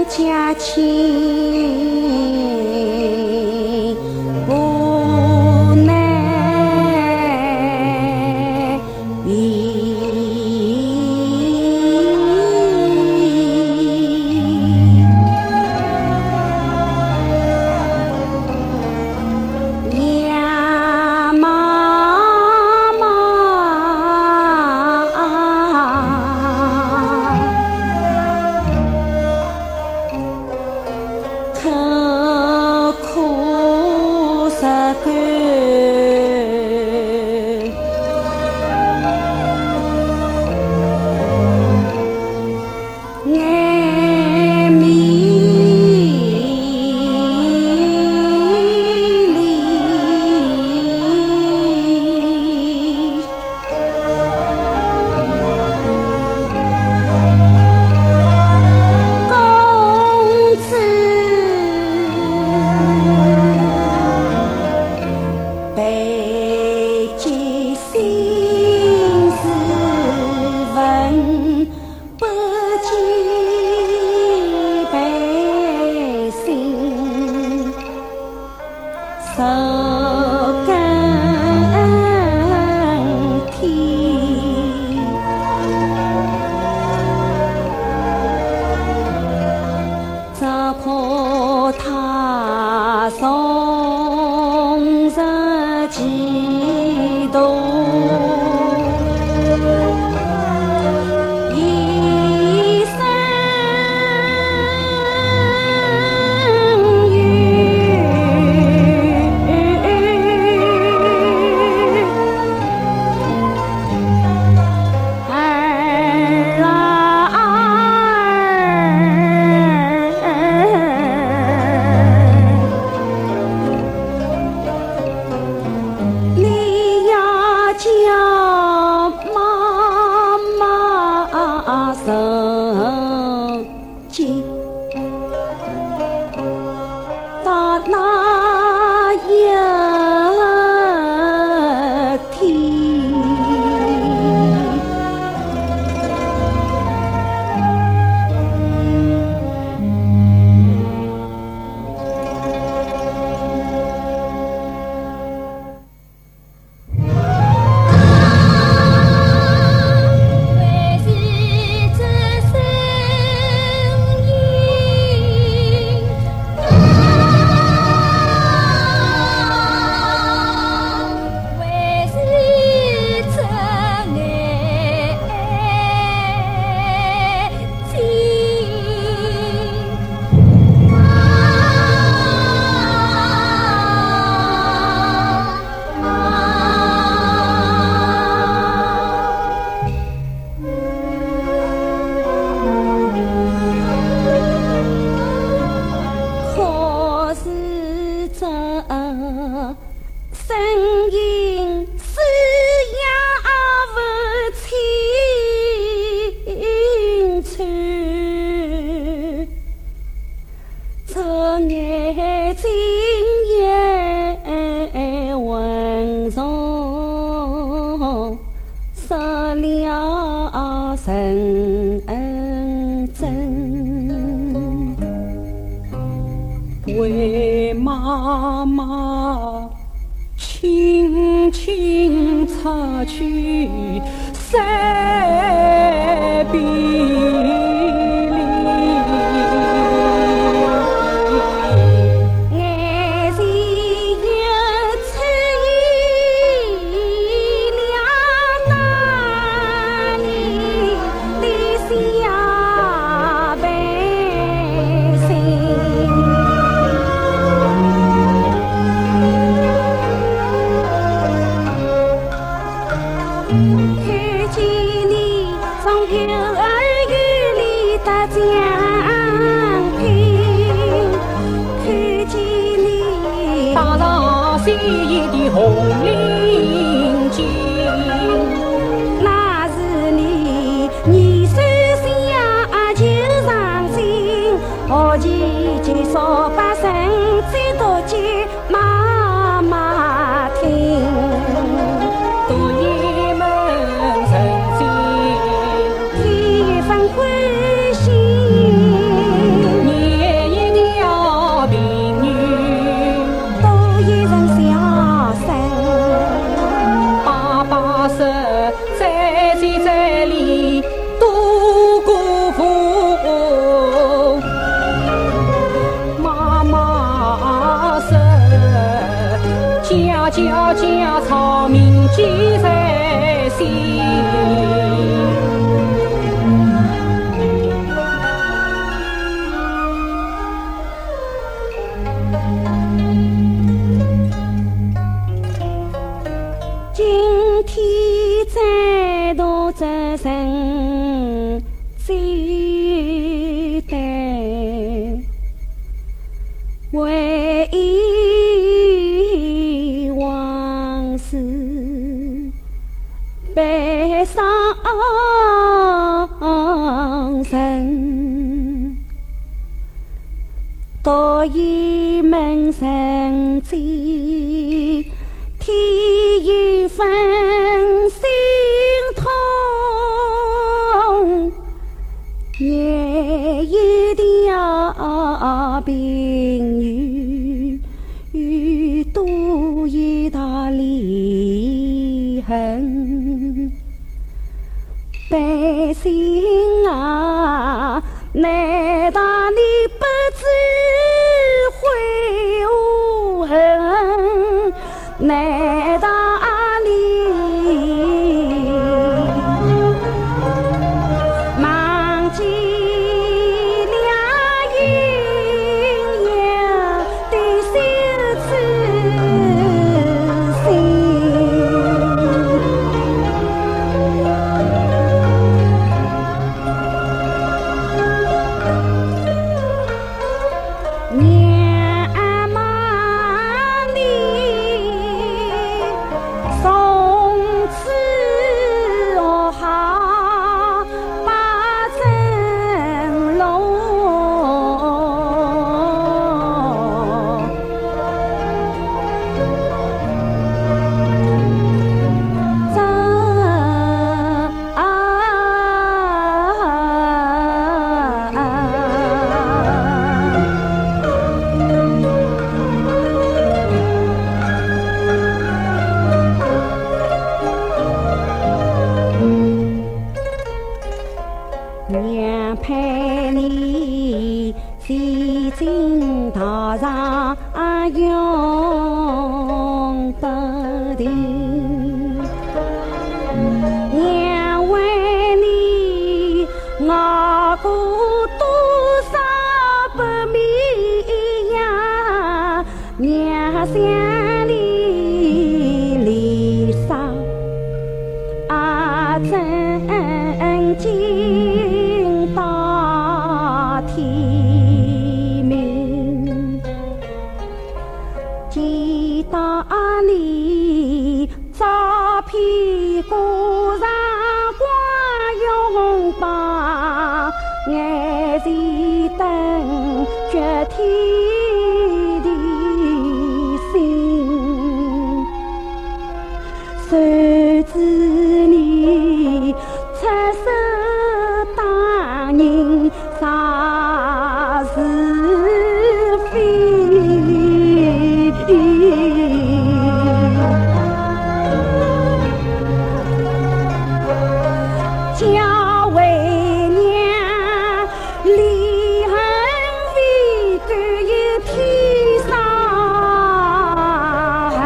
家亲不难呀妈妈刻苦实干，眼迷离，公子北极星是问北极北星受更天。只怕他从日嫉妒，一生缘儿你要叫妈妈受惊，到那一天，为是这声音，为是这爱情。可是这声音是也不清楚，这眼睛也温柔，失了认真。为妈妈轻轻擦去三笔眼前又出现了那年的小百姓。看见你从幼儿多一门生计，天一份心痛，夜一条冰雨，多一道离恨。百姓啊，难道你不知悔恨？难道你忘记了阴阳的羞耻心？娘妈你从此好把真龙，真娘陪你西进道上永不停，娘为你熬过多少不眠呀，娘想你离殇真经到天明，见到你照片挂上光拥抱，眼前灯决天地心，谁知你出手打人啥是非？叫为娘离恨为甘有天上恨。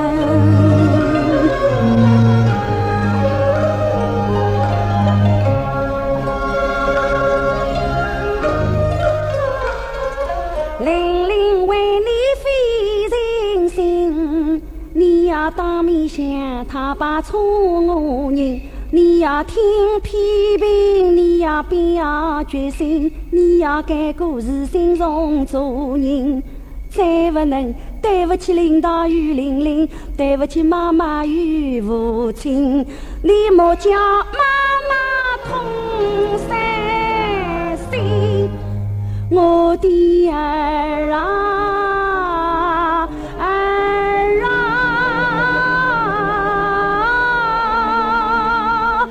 玲玲为你费尽心，你要当面向他把错误认，你要听批评，你要表决心，你要改过自新重做人。再不能对不起领导与玲玲，对不起妈妈与父亲，你莫叫妈妈痛三心。我的儿啊儿啊，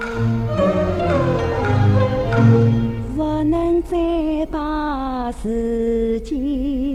不能再把自己